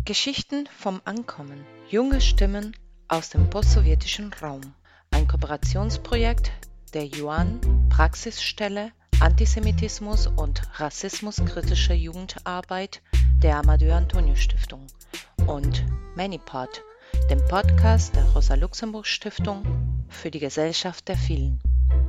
Geschichten vom Ankommen. Junge Stimmen aus dem postsowjetischen Raum. Ein Kooperationsprojekt der Yuan Praxisstelle Antisemitismus und Rassismuskritische Jugendarbeit der Amadeu Antonio Stiftung und ManyPod, dem Podcast der Rosa-Luxemburg-Stiftung für die Gesellschaft der Vielen.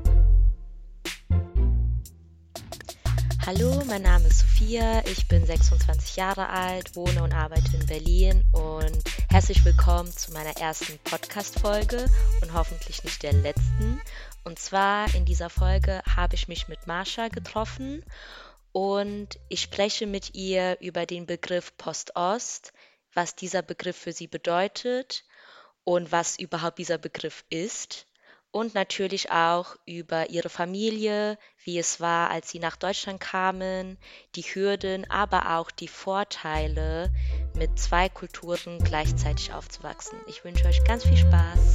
Hallo, mein Name ist Sophia, ich bin 26 Jahre alt, wohne und arbeite in Berlin und herzlich willkommen zu meiner ersten Podcast-Folge und hoffentlich nicht der letzten. Und zwar in dieser Folge habe ich mich mit Marsha getroffen und ich spreche mit ihr über den Begriff Post-Ost, was dieser Begriff für sie bedeutet und was überhaupt dieser Begriff ist. Und natürlich auch über ihre Familie, wie es war, als sie nach Deutschland kamen, die Hürden, aber auch die Vorteile, mit zwei Kulturen gleichzeitig aufzuwachsen. Ich wünsche euch ganz viel Spaß.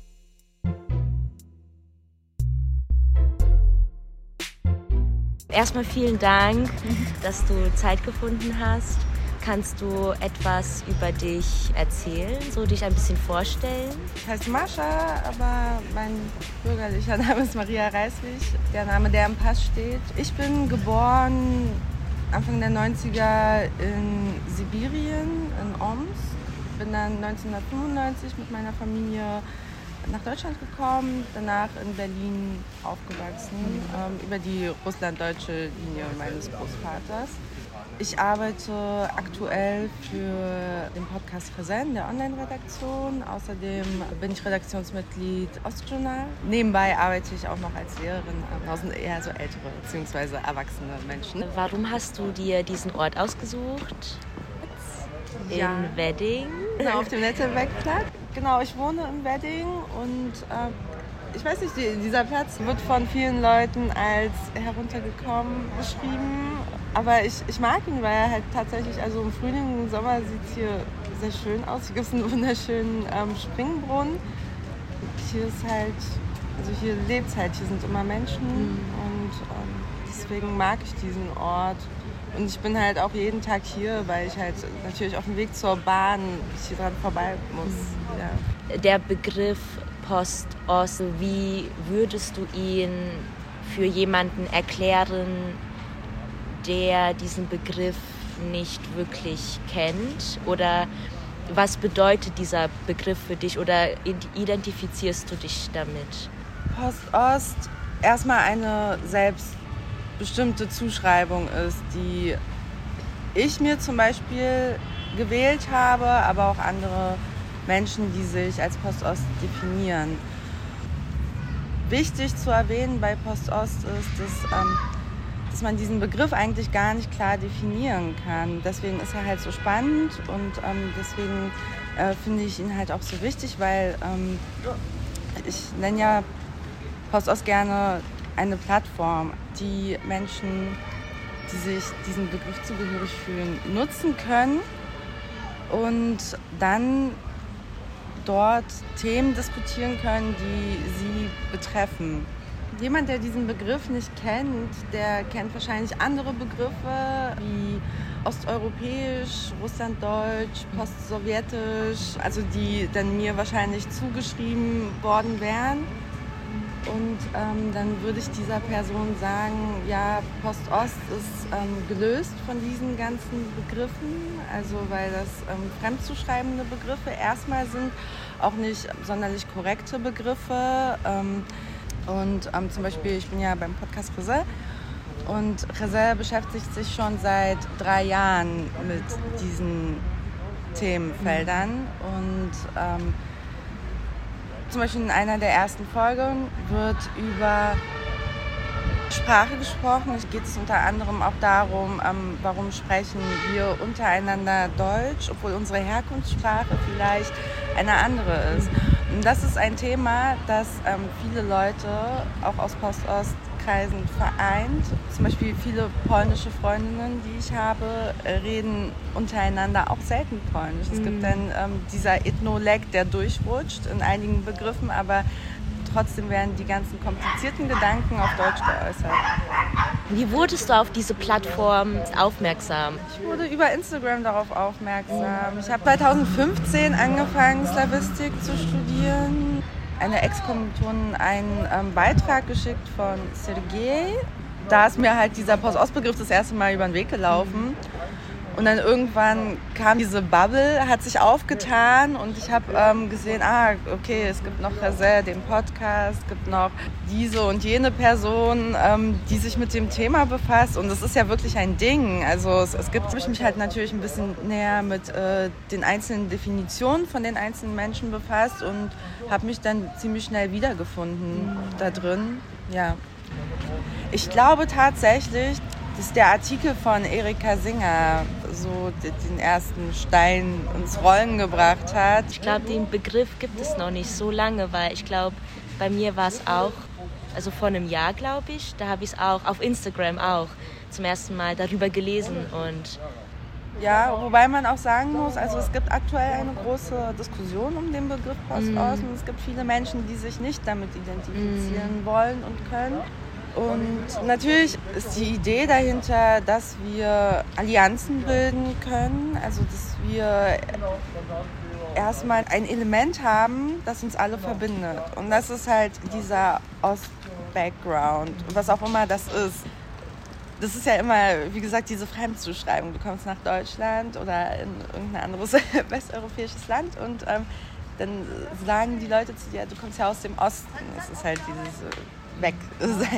Erstmal vielen Dank, dass du Zeit gefunden hast. Kannst du etwas über dich erzählen, so dich ein bisschen vorstellen? Ich heiße Marsha, aber mein bürgerlicher Name ist Maria Reiswig, der Name, der im Pass steht. Ich bin geboren Anfang der 90er in Sibirien, in Omsk. Bin dann 1995 mit meiner Familie nach Deutschland gekommen, danach in Berlin aufgewachsen, über die russlanddeutsche Linie meines Großvaters. Ich arbeite aktuell für den Podcast Rezen, der Online-Redaktion. Außerdem bin ich Redaktionsmitglied Ostjournal. Nebenbei arbeite ich auch noch als Lehrerin an eher so ältere bzw. erwachsene Menschen. Warum hast du dir diesen Ort ausgesucht? In Wedding? Genau, auf dem Nettelbeckplatz. Genau, ich wohne in Wedding und ich weiß nicht, dieser Platz wird von vielen Leuten als heruntergekommen beschrieben. Aber ich mag ihn, weil er halt tatsächlich, also im Frühling und Sommer sieht es hier sehr schön aus. Hier gibt es einen wunderschönen Springbrunnen. Hier ist halt, also hier lebt es halt, hier sind immer Menschen und deswegen mag ich diesen Ort. Und ich bin halt auch jeden Tag hier, weil ich halt natürlich auf dem Weg zur Bahn hier dran vorbei muss. Ja. Der Begriff Post-Ost, wie würdest du ihn für jemanden erklären, der diesen Begriff nicht wirklich kennt? Oder was bedeutet dieser Begriff für dich oder identifizierst du dich damit? Post-Ost erstmal eine selbstbestimmte Zuschreibung ist, die ich mir zum Beispiel gewählt habe, aber auch andere Menschen, die sich als Post-Ost definieren. Wichtig zu erwähnen bei Post-Ost ist, dass man diesen Begriff eigentlich gar nicht klar definieren kann. Deswegen ist er halt so spannend und deswegen finde ich ihn halt auch so wichtig, weil ich nenne ja Post-Ost gerne eine Plattform, die Menschen, die sich diesem Begriff zugehörig fühlen, nutzen können und dann dort Themen diskutieren können, die sie betreffen. Jemand, der diesen Begriff nicht kennt, der kennt wahrscheinlich andere Begriffe wie osteuropäisch, russlanddeutsch, postsowjetisch, also die dann mir wahrscheinlich zugeschrieben worden wären. Und dann würde ich dieser Person sagen, ja, Post-Ost ist gelöst von diesen ganzen Begriffen, also weil das fremdzuschreibende Begriffe erstmal sind, auch nicht sonderlich korrekte Begriffe. Und zum Beispiel, ich bin ja beim Podcast Rezen und Rezen beschäftigt sich schon seit 3 Jahren mit diesen Themenfeldern und zum Beispiel in einer der ersten Folgen wird über Sprache gesprochen. Es geht unter anderem auch darum, warum sprechen wir untereinander Deutsch, obwohl unsere Herkunftssprache vielleicht eine andere ist. Und das ist ein Thema, das viele Leute auch aus Post-Ost-Kreisen vereint. Zum Beispiel viele polnische Freundinnen, die ich habe, reden untereinander auch selten Polnisch. Es gibt dann dieser Ethnolekt, der durchrutscht in einigen Begriffen, aber trotzdem werden die ganzen komplizierten Gedanken auf Deutsch geäußert. Wie wurdest du auf diese Plattform aufmerksam? Ich wurde über Instagram darauf aufmerksam. Ich habe 2015 angefangen, Slavistik zu studieren. Eine Ex-Kommilitonin einen Beitrag geschickt von Sergej. Da ist mir halt dieser Post-Ost-Begriff das erste Mal über den Weg gelaufen. Und dann irgendwann kam diese Bubble, hat sich aufgetan und ich habe gesehen, okay, es gibt noch Rasel, den Podcast, es gibt noch diese und jene Person, die sich mit dem Thema befasst. Und das ist ja wirklich ein Ding. Also es gibt mich halt natürlich ein bisschen näher mit den einzelnen Definitionen von den einzelnen Menschen befasst und habe mich dann ziemlich schnell wiedergefunden da drin. Ja. Ich glaube tatsächlich, dass der Artikel von Erika Singer so den ersten Stein ins Rollen gebracht hat. Ich glaube, den Begriff gibt es noch nicht so lange, weil ich glaube, bei mir war es auch, also vor einem Jahr, glaube ich, da habe ich es auch auf Instagram auch zum ersten Mal darüber gelesen. Und ja, wobei man auch sagen muss, also es gibt aktuell eine große Diskussion um den Begriff Post-Ost und es gibt viele Menschen, die sich nicht damit identifizieren wollen und können. Und natürlich ist die Idee dahinter, dass wir Allianzen bilden können, also dass wir erstmal ein Element haben, das uns alle verbindet. Und das ist halt dieser Ost-Background, was auch immer das ist. Das ist ja immer, wie gesagt, diese Fremdzuschreibung. Du kommst nach Deutschland oder in irgendein anderes westeuropäisches Land und dann sagen die Leute zu dir, du kommst ja aus dem Osten. Das ist halt dieses weg sein.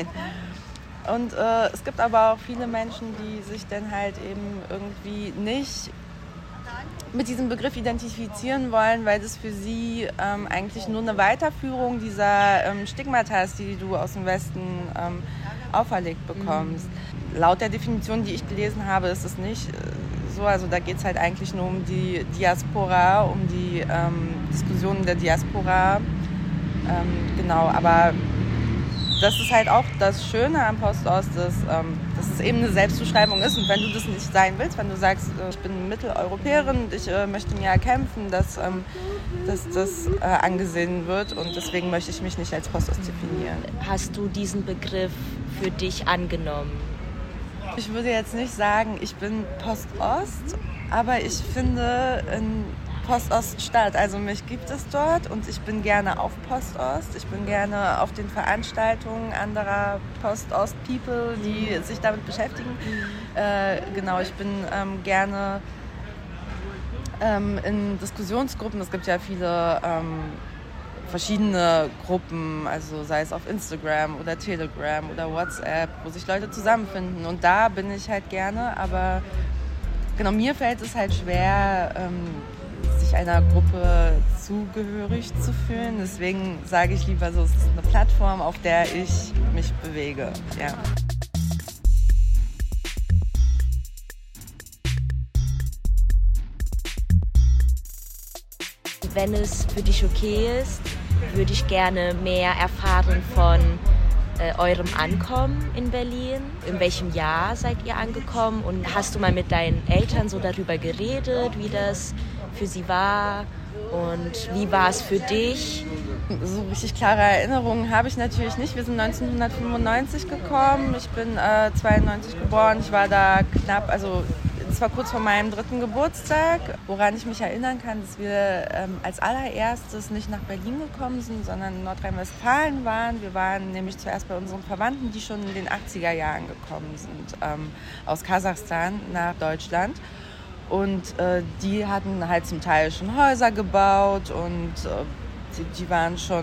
Und es gibt aber auch viele Menschen, die sich dann halt eben irgendwie nicht mit diesem Begriff identifizieren wollen, weil das für sie eigentlich nur eine Weiterführung dieser Stigmata ist, die du aus dem Westen auferlegt bekommst. Laut der Definition, die ich gelesen habe, ist es nicht so. Also da geht es halt eigentlich nur um die Diaspora, um die Diskussionen der Diaspora. Genau, aber das ist halt auch das Schöne am Post-Ost, dass es eben eine Selbstbeschreibung ist. Und wenn du das nicht sein willst, wenn du sagst, ich bin Mitteleuropäerin und ich möchte mir erkämpfen, dass das angesehen wird und deswegen möchte ich mich nicht als Post-Ost definieren. Hast du diesen Begriff für dich angenommen? Ich würde jetzt nicht sagen, ich bin Post-Ost, aber ich finde in Post-Ost statt. Also mich gibt es dort und ich bin gerne auf Post-Ost. Ich bin gerne auf den Veranstaltungen anderer Post-Ost-People, die sich damit beschäftigen. Genau, ich bin gerne in Diskussionsgruppen. Es gibt ja viele verschiedene Gruppen, also sei es auf Instagram oder Telegram oder WhatsApp, wo sich Leute zusammenfinden. Und da bin ich halt gerne, aber genau, mir fällt es halt schwer, sich einer Gruppe zugehörig zu fühlen. Deswegen sage ich lieber so, es ist eine Plattform, auf der ich mich bewege. Ja. Wenn es für dich okay ist, würde ich gerne mehr erfahren von eurem Ankommen in Berlin. In welchem Jahr seid ihr angekommen? Und hast du mal mit deinen Eltern so darüber geredet, wie das für sie war? Und wie war es für dich? So richtig klare Erinnerungen habe ich natürlich nicht. Wir sind 1995 gekommen. Ich bin 92 geboren. Ich war da knapp, also es war kurz vor meinem 3. Geburtstag, woran ich mich erinnern kann, dass wir als allererstes nicht nach Berlin gekommen sind, sondern in Nordrhein-Westfalen waren. Wir waren nämlich zuerst bei unseren Verwandten, die schon in den 80er Jahren gekommen sind, aus Kasachstan nach Deutschland. Und die hatten halt zum Teil schon Häuser gebaut und die waren schon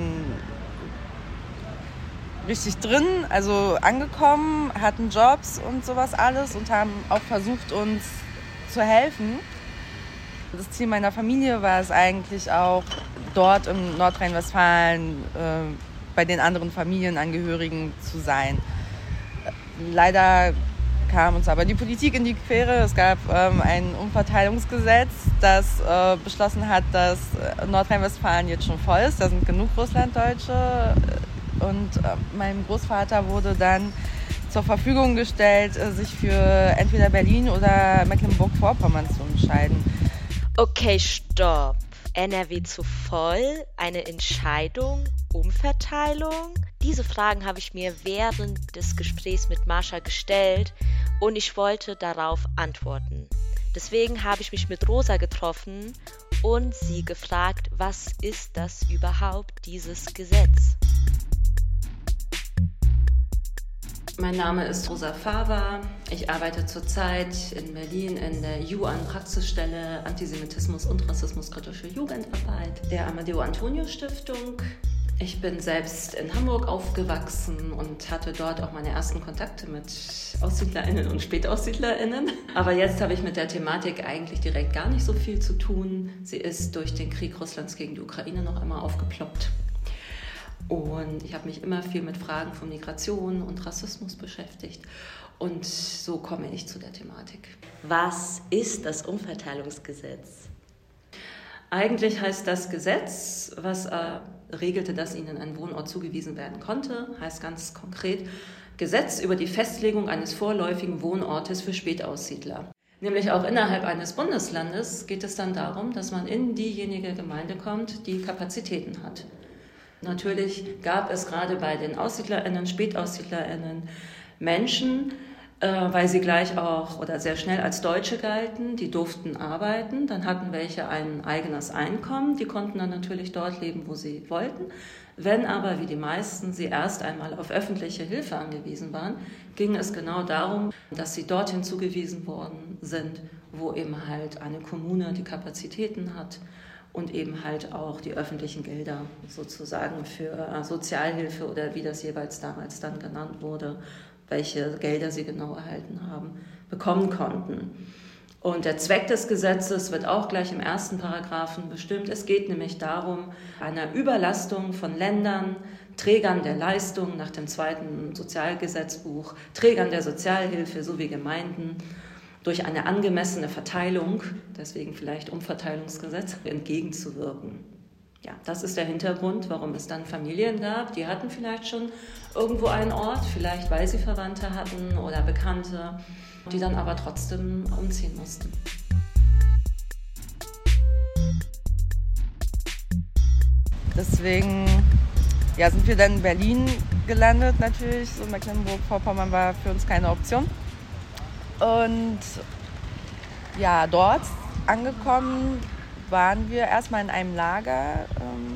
richtig drin, also angekommen, hatten Jobs und sowas alles und haben auch versucht, uns zu helfen. Das Ziel meiner Familie war es eigentlich auch, dort in Nordrhein-Westfalen bei den anderen Familienangehörigen zu sein. Leider kam uns aber die Politik in die Quere. Es gab ein Umverteilungsgesetz, das beschlossen hat, dass Nordrhein-Westfalen jetzt schon voll ist. Da sind genug Russlanddeutsche. Und meinem Großvater wurde dann zur Verfügung gestellt, sich für entweder Berlin oder Mecklenburg-Vorpommern zu entscheiden. Okay, stopp. NRW zu voll, eine Entscheidung Umverteilung? Diese Fragen habe ich mir während des Gesprächs mit Mascha gestellt und ich wollte darauf antworten. Deswegen habe ich mich mit Rosa getroffen und sie gefragt, was ist das überhaupt, dieses Gesetz? Mein Name ist Rosa Fava. Ich arbeite zurzeit in Berlin in der Yuan-Praxisstelle Antisemitismus und Rassismuskritische Jugendarbeit der Amadeo-Antonio-Stiftung. Ich bin selbst in Hamburg aufgewachsen und hatte dort auch meine ersten Kontakte mit AussiedlerInnen und SpätaussiedlerInnen. Aber jetzt habe ich mit der Thematik eigentlich direkt gar nicht so viel zu tun. Sie ist durch den Krieg Russlands gegen die Ukraine noch einmal aufgeploppt. Und ich habe mich immer viel mit Fragen von Migration und Rassismus beschäftigt. Und so komme ich zu der Thematik. Was ist das Umverteilungsgesetz? Eigentlich heißt das Gesetz, was regelte, dass ihnen ein Wohnort zugewiesen werden konnte, heißt ganz konkret Gesetz über die Festlegung eines vorläufigen Wohnortes für Spätaussiedler. Nämlich auch innerhalb eines Bundeslandes geht es dann darum, dass man in diejenige Gemeinde kommt, die Kapazitäten hat. Natürlich gab es gerade bei den AussiedlerInnen, SpätaussiedlerInnen Menschen, weil sie gleich auch oder sehr schnell als Deutsche galten, die durften arbeiten, dann hatten welche ein eigenes Einkommen, die konnten dann natürlich dort leben, wo sie wollten. Wenn aber, wie die meisten, sie erst einmal auf öffentliche Hilfe angewiesen waren, ging es genau darum, dass sie dorthin zugewiesen worden sind, wo eben halt eine Kommune die Kapazitäten hat und eben halt auch die öffentlichen Gelder sozusagen für Sozialhilfe oder wie das jeweils damals dann genannt wurde, welche Gelder sie genau erhalten haben, bekommen konnten. Und der Zweck des Gesetzes wird auch gleich im ersten Paragraphen bestimmt. Es geht nämlich darum, einer Überlastung von Ländern, Trägern der Leistung nach dem zweiten Sozialgesetzbuch, Trägern der Sozialhilfe sowie Gemeinden durch eine angemessene Verteilung, deswegen vielleicht Umverteilungsgesetz, entgegenzuwirken. Ja, das ist der Hintergrund, warum es dann Familien gab, die hatten vielleicht schon irgendwo einen Ort, vielleicht weil sie Verwandte hatten oder Bekannte, die dann aber trotzdem umziehen mussten. Deswegen sind wir dann in Berlin gelandet natürlich. So Mecklenburg-Vorpommern war für uns keine Option. Und ja, dort angekommen waren wir erstmal in einem Lager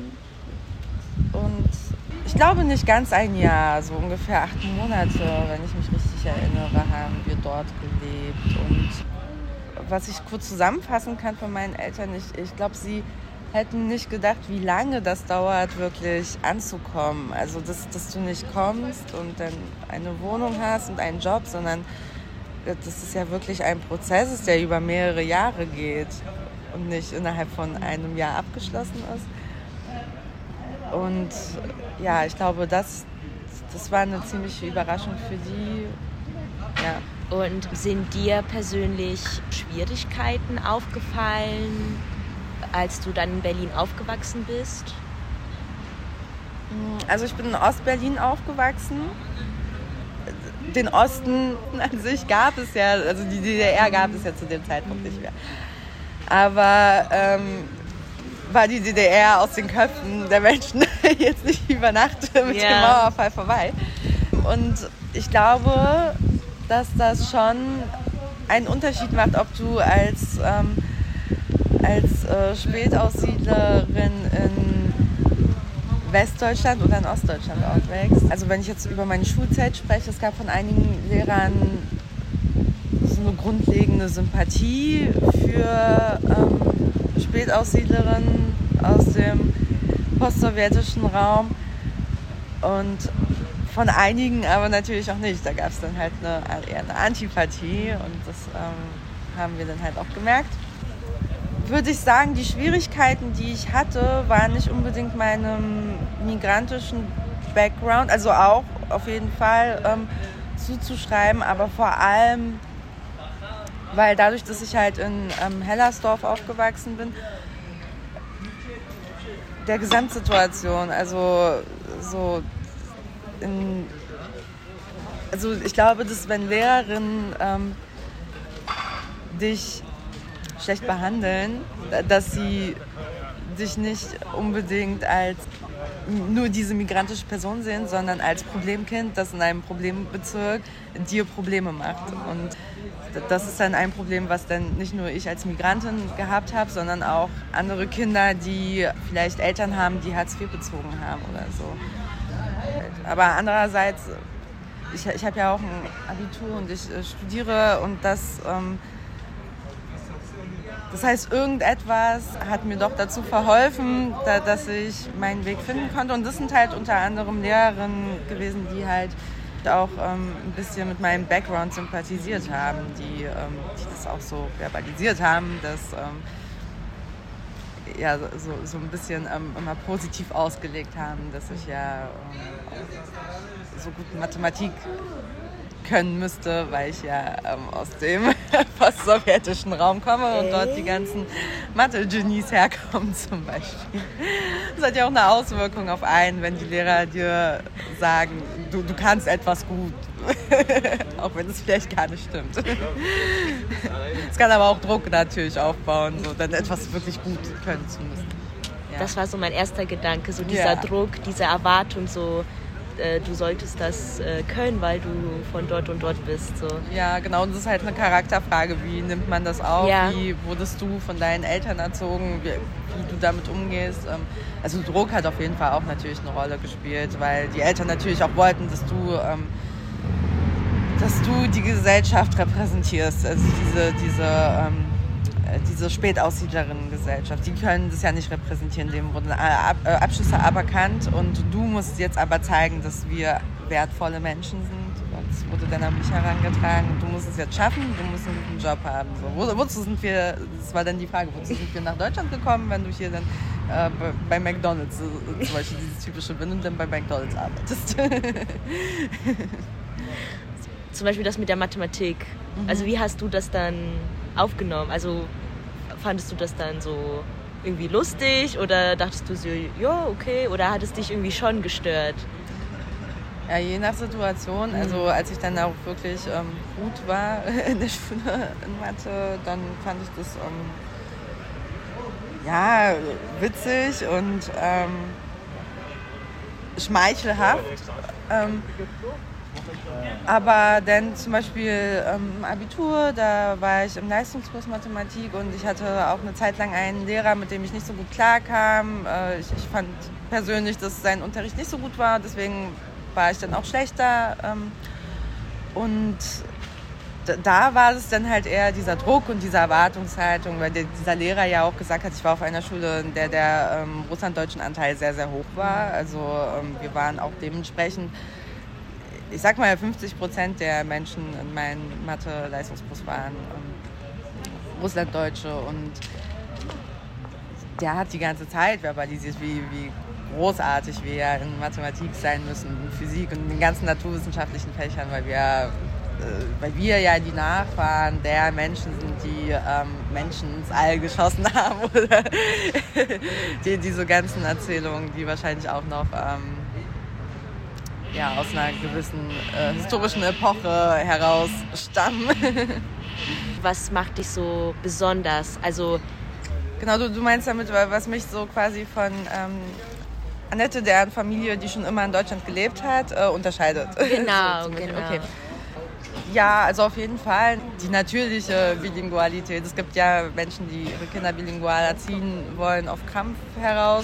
und ich glaube nicht ganz ein Jahr, so ungefähr 8 Monate, wenn ich mich richtig erinnere, haben wir dort gelebt. Und was ich kurz zusammenfassen kann von meinen Eltern, ich glaube, sie hätten nicht gedacht, wie lange das dauert, wirklich anzukommen. Also, dass du nicht kommst und dann eine Wohnung hast und einen Job, sondern das ist ja wirklich ein Prozess, der über mehrere Jahre geht und nicht innerhalb von einem Jahr abgeschlossen ist. Und ja, ich glaube, das war eine ziemliche Überraschung für die. Ja. Und sind dir persönlich Schwierigkeiten aufgefallen, als du dann in Berlin aufgewachsen bist? Also ich bin in Ostberlin aufgewachsen. Den Osten an sich gab es ja, also die DDR gab es ja zu dem Zeitpunkt nicht mehr. Aber war die DDR aus den Köpfen der Menschen jetzt nicht über Nacht mit dem Mauerfall vorbei. Und ich glaube, dass das schon einen Unterschied macht, ob du als Spätaussiedlerin in Westdeutschland oder in Ostdeutschland aufwächst. Also wenn ich jetzt über meine Schulzeit spreche, es gab von einigen Lehrern so eine grundlegende Sympathie für Spätaussiedlerinnen aus dem postsowjetischen Raum und von einigen aber natürlich auch nicht. Da gab es dann halt eher eine Antipathie und das haben wir dann halt auch gemerkt. Würde ich sagen, die Schwierigkeiten, die ich hatte, waren nicht unbedingt meinem migrantischen Background, also auch auf jeden Fall zuzuschreiben, aber vor allem, weil dadurch, dass ich halt in Hellersdorf aufgewachsen bin, der Gesamtsituation, also ich glaube, dass wenn Lehrerinnen dich schlecht behandeln, dass sie dich nicht unbedingt als nur diese migrantische Person sehen, sondern als Problemkind, das in einem Problembezirk dir Probleme macht. Und das ist dann ein Problem, was dann nicht nur ich als Migrantin gehabt habe, sondern auch andere Kinder, die vielleicht Eltern haben, die Hartz IV bezogen haben oder so. Aber andererseits, ich habe ja auch ein Abitur und ich studiere und das heißt, irgendetwas hat mir doch dazu verholfen, dass ich meinen Weg finden konnte. Und das sind halt unter anderem Lehrerinnen gewesen, die halt auch ein bisschen mit meinem Background sympathisiert haben, die das auch so verbalisiert haben, dass so ein bisschen immer positiv ausgelegt haben, dass ich ja so gut Mathematik können müsste, weil ich ja aus dem postsowjetischen Raum komme und dort die ganzen Mathe-Genies herkommen zum Beispiel. Das hat ja auch eine Auswirkung auf einen, wenn die Lehrer dir sagen, du kannst etwas gut, auch wenn es vielleicht gar nicht stimmt. Es kann aber auch Druck natürlich aufbauen, so dann etwas wirklich gut können zu müssen. Ja. Das war so mein erster Gedanke, so dieser Druck, diese Erwartung, so du solltest das können, weil du von dort und dort bist. So. Ja, genau. Und das ist halt eine Charakterfrage. Wie nimmt man das auf? Ja. Wie wurdest du von deinen Eltern erzogen? Wie du damit umgehst? Also Druck hat auf jeden Fall auch natürlich eine Rolle gespielt, weil die Eltern natürlich auch wollten, dass du die Gesellschaft repräsentierst. Also diese Spätaussiedlerinnen-Gesellschaft, die können das ja nicht repräsentieren, dem wurden Abschlüsse aberkannt und du musst jetzt aber zeigen, dass wir wertvolle Menschen sind. Das wurde dann an mich herangetragen und du musst es jetzt schaffen, du musst einen guten Job haben. So, wozu sind wir, das war dann die Frage, wozu sind wir nach Deutschland gekommen, wenn du hier dann bei McDonald's zum Beispiel dieses typische, wenn du dann bei McDonald's arbeitest. Zum Beispiel das mit der Mathematik. Also wie hast du das dann aufgenommen? Also fandest du das dann so irgendwie lustig oder dachtest du so, ja, okay, oder hat es dich irgendwie schon gestört? Ja, je nach Situation. Also als ich dann auch wirklich gut war in der Schule in Mathe, dann fand ich das witzig und schmeichelhaft. Aber dann zum Beispiel Abitur, da war ich im Leistungskurs Mathematik und ich hatte auch eine Zeit lang einen Lehrer, mit dem ich nicht so gut klarkam. Ich fand persönlich, dass sein Unterricht nicht so gut war, deswegen war ich dann auch schlechter. Und da war es dann halt eher dieser Druck und diese Erwartungshaltung, weil dieser Lehrer ja auch gesagt hat, ich war auf einer Schule, in der der russlanddeutschen Anteil sehr, sehr hoch war. Also wir waren auch dementsprechend, ich sag mal 50% der Menschen in meinem Mathe-Leistungskurs waren Russlanddeutsche und der hat die ganze Zeit verbalisiert, wie großartig wir ja in Mathematik sein müssen, in Physik und in den ganzen naturwissenschaftlichen Fächern, weil wir ja die Nachfahren der Menschen sind, die Menschen ins All geschossen haben oder diese ganzen Erzählungen, die wahrscheinlich auch noch aus einer gewissen historischen Epoche heraus stammen. Was macht dich so besonders? Also genau, du meinst damit, was mich so quasi von Annette, deren Familie, die schon immer in Deutschland gelebt hat, unterscheidet. Genau, so, genau. Okay. Ja, also auf jeden Fall die natürliche Bilingualität. Es gibt ja Menschen, die ihre Kinder bilingual erziehen wollen, auf Krampf heraus.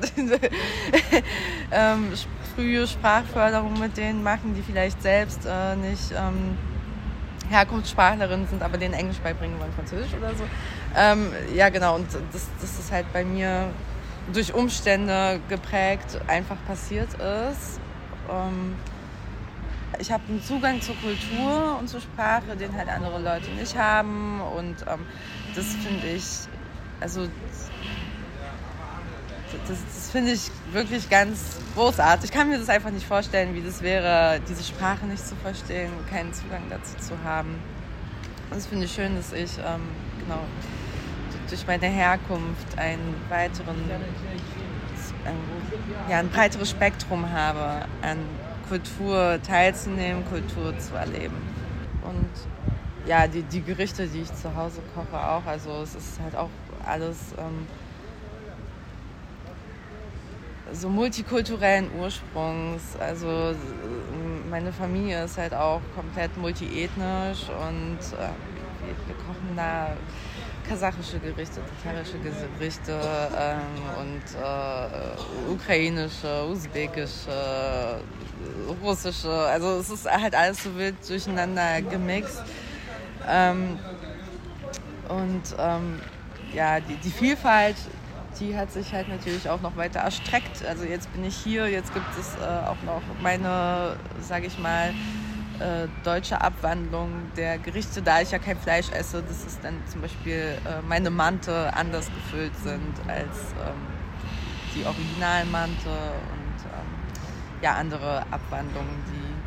Frühe Sprachförderung mit denen machen, die vielleicht selbst nicht Herkunftssprachlerinnen sind, aber denen Englisch beibringen wollen, Französisch oder so. Ja, genau. Und das ist halt bei mir durch Umstände geprägt einfach passiert ist. Ich habe einen Zugang zur Kultur und zur Sprache, den halt andere Leute nicht haben. Und das finde ich, also das finde ich wirklich ganz großartig. Ich kann mir das einfach nicht vorstellen, wie das wäre, diese Sprache nicht zu verstehen, keinen Zugang dazu zu haben. Und das finde ich schön, dass ich durch meine Herkunft ein breiteres Spektrum habe, an Kultur teilzunehmen, Kultur zu erleben. Und ja, die Gerichte, die ich zu Hause koche, auch. Also es ist halt auch alles so multikulturellen Ursprungs. Also meine Familie ist halt auch komplett multiethnisch und wir kochen da kasachische Gerichte, tatarische Gerichte und ukrainische, usbekische, russische. Also es ist halt alles so wild durcheinander gemixt. Die Vielfalt, die hat sich halt natürlich auch noch weiter erstreckt. Also jetzt bin ich hier, jetzt gibt es auch noch meine, sage ich mal, deutsche Abwandlung der Gerichte, da ich ja kein Fleisch esse, dass es dann zum Beispiel meine Mante anders gefüllt sind als die originalen Mante und andere Abwandlungen,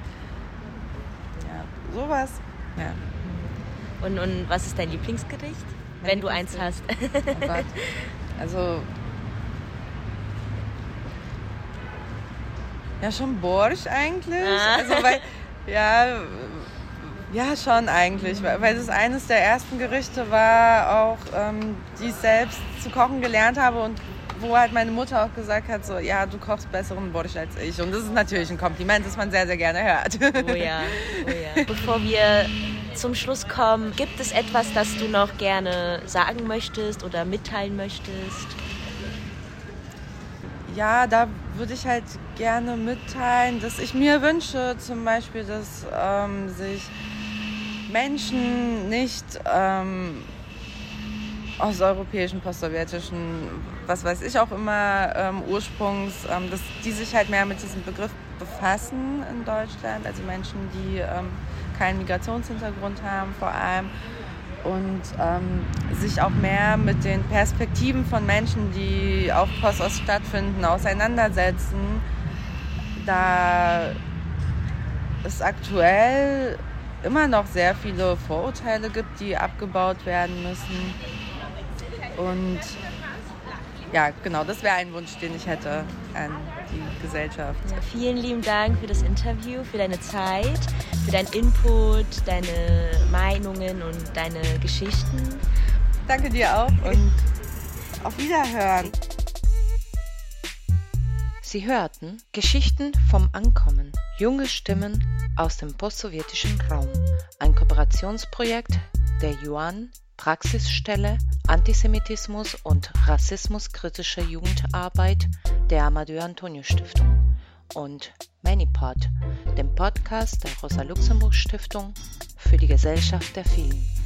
sowas. Ja. Und was ist dein Lieblingsgericht, wenn du eins hast? Oh Gott. Also ja, schon Borsch eigentlich. Also weil ja, schon eigentlich, weil das eines der ersten Gerichte war, auch die ich selbst zu kochen gelernt habe und wo halt meine Mutter auch gesagt hat, so, ja, du kochst besseren Borsch als ich. Und das ist natürlich ein Kompliment, das man sehr, sehr gerne hört. Oh ja. Bevor wir zum Schluss kommen, gibt es etwas, das du noch gerne sagen möchtest oder mitteilen möchtest? Ja, da würde ich halt gerne mitteilen, dass ich mir wünsche, zum Beispiel, dass sich Menschen nicht aus europäischen, postsowjetischen, was weiß ich auch immer, Ursprungs, dass die sich halt mehr mit diesem Begriff befassen in Deutschland, also Menschen, die keinen Migrationshintergrund haben vor allem und sich auch mehr mit den Perspektiven von Menschen, die auf Postost stattfinden, auseinandersetzen, da es aktuell immer noch sehr viele Vorurteile gibt, die abgebaut werden müssen. Und ja, genau, das wäre ein Wunsch, den ich hätte an die Gesellschaft. Ja, vielen lieben Dank für das Interview, für deine Zeit, für deinen Input, deine Meinungen und deine Geschichten. Danke dir auch und auf Wiederhören. Sie hörten Geschichten vom Ankommen, junge Stimmen aus dem postsowjetischen Raum, ein Kooperationsprojekt der Yuan Praxisstelle Antisemitismus und rassismuskritische Jugendarbeit der Amadeu Antonio Stiftung und ManyPod, dem Podcast der Rosa-Luxemburg-Stiftung für die Gesellschaft der Vielen.